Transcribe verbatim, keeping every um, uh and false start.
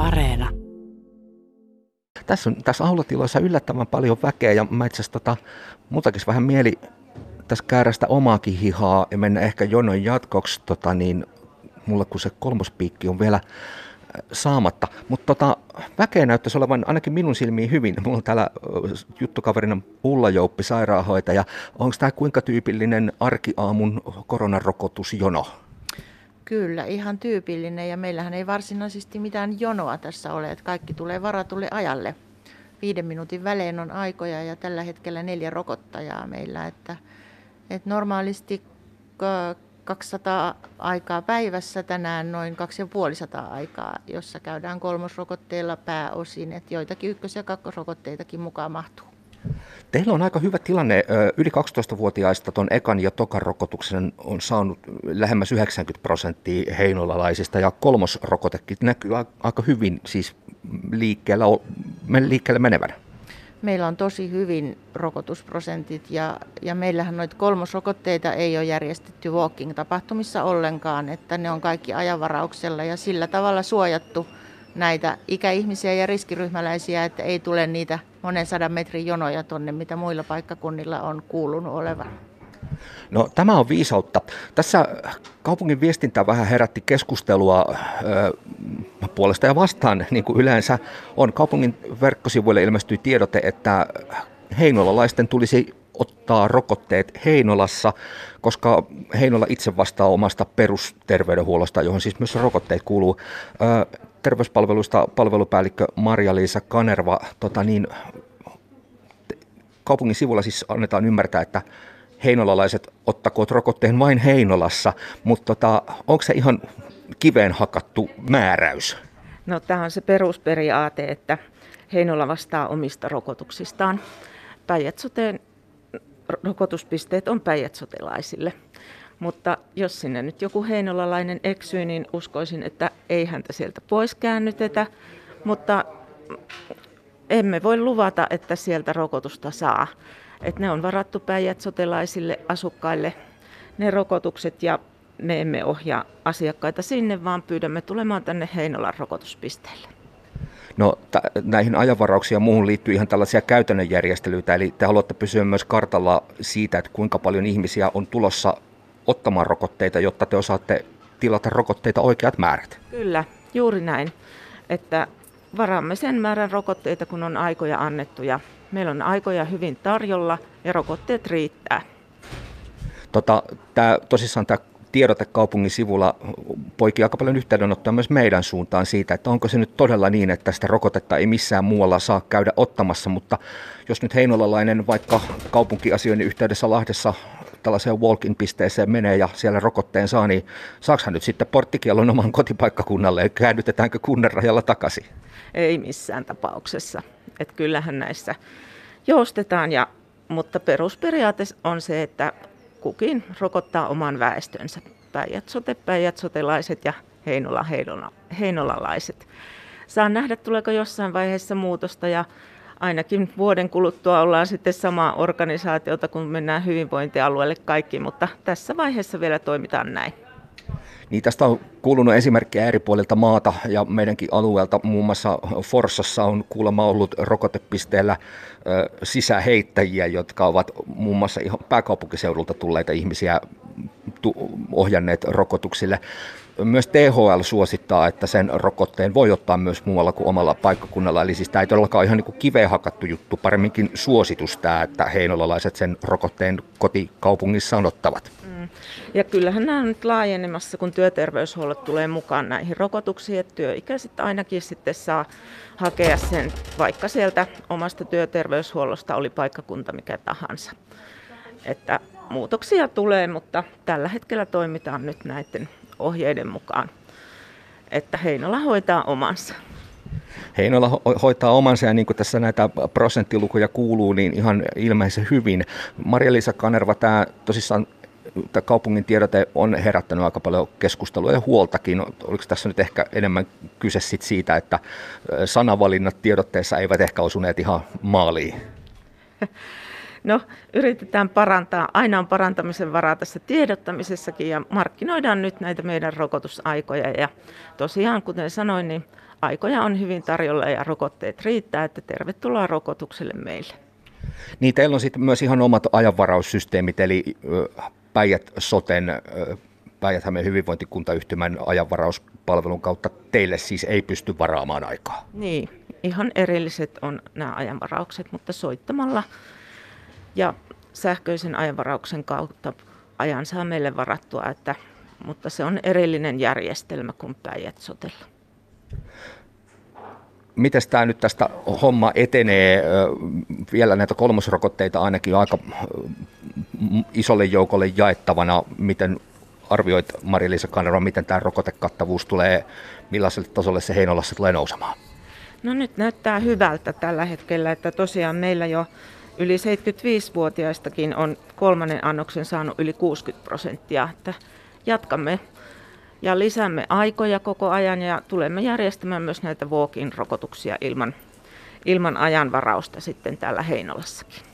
Areena. Tässä on tässä aulatiloissa yllättävän paljon väkeä ja mä itse asiassa tota, multakin vähän mieli tässä käärästä omaakin hihaa ja mennä ehkä jonon jatkoksi, tota, niin mulla kun se kolmospiikki on vielä saamatta. Mutta tota, väkeä näyttäisi olevan ainakin minun silmiin hyvin. Mulla on täällä juttukaverina Ulla Jouppi, sairaanhoitaja. Onko tämä kuinka tyypillinen arkiaamun koronarokotusjono? Kyllä, ihan tyypillinen ja meillähän ei varsinaisesti mitään jonoa tässä ole, että kaikki tulee varatulle ajalle. Viiden minuutin välein on aikoja ja tällä hetkellä neljä rokottajaa meillä, että, että normaalisti kaksisataa aikaa päivässä, tänään noin kaksisataaviisikymmentä aikaa, jossa käydään kolmosrokotteilla pääosin, että joitakin ykkös- ja kakkosrokotteitakin mukaan mahtuu. Teillä on aika hyvä tilanne. Yli kaksitoistavuotiaista tuon ekan ja tokan rokotuksen on saanut lähemmäs yhdeksänkymmentä prosenttia heinolalaisista ja kolmosrokotekin näkyy aika hyvin siis liikkeellä, liikkeelle menevänä. Meillä on tosi hyvin rokotusprosentit ja, ja meillähän noita kolmosrokotteita ei ole järjestetty walking-tapahtumissa ollenkaan, että ne on kaikki ajanvarauksella ja sillä tavalla suojattu näitä ikäihmisiä ja riskiryhmäläisiä, että ei tule niitä monen sadan metrin jonoja tonne, mitä muilla paikkakunnilla on kuulunut olevan. No tämä on viisautta. Tässä kaupungin viestintä vähän herätti keskustelua ö, puolesta ja vastaan, niin kuin yleensä on. Kaupungin verkkosivuille ilmestyi tiedote, että heinolalaisten tulisi ottaa rokotteet Heinolassa, koska Heinola itse vastaa omasta perusterveydenhuollosta, johon siis myös rokotteet kuuluu. Ö, terveyspalveluista palvelupäällikkö Marja-Liisa Kanerva, tota niin, kaupungin sivulla siis annetaan ymmärtää, että heinolalaiset ottakoot rokotteen vain Heinolassa, mutta tota, onko se ihan kiveen hakattu määräys? No tämä on se perusperiaate, että Heinola vastaa omista rokotuksistaan. Päijät-Soten rokotuspisteet on päijät-sotelaisille, mutta jos sinne nyt joku heinolalainen eksyy, niin uskoisin, että ei häntä sieltä pois käännytetä, mutta emme voi luvata, että sieltä rokotusta saa. Että ne on varattu päijät-sotelaisille asukkaille ne rokotukset ja me emme ohjaa asiakkaita sinne, vaan pyydämme tulemaan tänne Heinolan rokotuspisteelle. No t- näihin ajanvarauksiin ja muuhun liittyy ihan tällaisia käytännön järjestelyitä, eli te haluatte pysyä myös kartalla siitä, että kuinka paljon ihmisiä on tulossa ottamaan rokotteita, jotta te osaatte tilata rokotteita oikeat määrät. Kyllä, juuri näin, että varaamme sen määrän rokotteita, kun on aikoja annettu ja meillä on aikoja hyvin tarjolla ja rokotteet riittää. Tota, tää, tosissaan tämä tiedote kaupungin sivulla poikii aika paljon yhteydenottoa myös meidän suuntaan siitä, että onko se nyt todella niin, että sitä rokotetta ei missään muualla saa käydä ottamassa, mutta jos nyt heinolalainen vaikka kaupunkiasioinnin yhteydessä Lahdessa tällaiseen walk-in-pisteeseen menee ja siellä rokotteen saa, niin saaksahan nyt sitten porttikiellon oman kotipaikkakunnalle ja käännytetäänkö kunnan rajalla takaisin? Ei missään tapauksessa. Että kyllähän näissä joustetaan, ja, mutta perusperiaate on se, että kukin rokottaa oman väestönsä. Päijät-Sote, päijät-sotelaiset ja Heinola, Heinola, heinolalaiset. Saan nähdä, tuleeko jossain vaiheessa muutosta ja ainakin vuoden kuluttua ollaan sitten samaa organisaatiota, kun mennään hyvinvointialueelle kaikki, mutta tässä vaiheessa vielä toimitaan näin. Niin tästä on kuulunut esimerkkejä eri puolilta maata ja meidänkin alueelta, muun muassa Forssassa on kuulemma ollut rokotepisteellä ö, sisäheittäjiä, jotka ovat muun muassa ihan pääkaupunkiseudulta tulleita ihmisiä tu- ohjanneet rokotuksille. Myös T H L suosittaa, että sen rokotteen voi ottaa myös muualla kuin omalla paikkakunnalla. Eli siis tämä ei todellakaan ihan niin kuin kiveen hakattu juttu, paremminkin suositus tämä, että heinolalaiset sen rokotteen kotikaupungissaan ottavat. Mm. Ja kyllähän nämä on nyt laajenemassa, kun työterveyshuollot tulee mukaan näihin rokotuksiin, että työikäiset ainakin sitten saa hakea sen vaikka sieltä omasta työterveyshuollosta, oli paikkakunta mikä tahansa. Että muutoksia tulee, mutta tällä hetkellä toimitaan nyt näiden ohjeiden mukaan, että Heinola hoitaa omansa. Heinola ho- hoitaa omansa ja niin kuin tässä näitä prosenttilukuja kuuluu, niin ihan ilmeisen hyvin. Marja-Liisa Kanerva, tämä tosissaan tämä kaupungin tiedote on herättänyt aika paljon keskustelua ja huoltakin. Oliko tässä nyt ehkä enemmän kyse sit siitä, että sanavalinnat tiedotteessa eivät ehkä osuneet ihan maaliin? No, yritetään parantaa. Aina on parantamisen varaa tässä tiedottamisessakin ja markkinoidaan nyt näitä meidän rokotusaikoja. Ja tosiaan, kuten sanoin, niin aikoja on hyvin tarjolla ja rokotteet riittää, että tervetuloa rokotukselle meille. Niin, teillä on sitten myös ihan omat ajanvaraussysteemit, eli Päijät-Soten, Päijät-Hämeen hyvinvointikuntayhtymän ajanvarauspalvelun kautta teille siis ei pysty varaamaan aikaa. Niin, ihan erilliset on nämä ajanvaraukset, mutta soittamalla ja sähköisen ajanvarauksen kautta ajan saa meille varattua, että, mutta se on erillinen järjestelmä kuin Päijät-Sotella. Miten tämä nyt tästä homma etenee? Vielä näitä kolmosrokotteita ainakin aika isolle joukolle jaettavana. Miten arvioit, Mari-Liisa Kanerva, miten tämä rokotekattavuus tulee, millaiselle tasolle se Heinolassa tulee nousemaan? No nyt näyttää hyvältä tällä hetkellä, että tosiaan meillä jo yli seitsemänkymmentäviisivuotiaistakin on kolmannen annoksen saanut yli kuusikymmentä prosenttia. Että jatkamme ja lisäämme aikoja koko ajan ja tulemme järjestämään myös näitä walk-in rokotuksia ilman, ilman ajanvarausta sitten täällä Heinolassakin.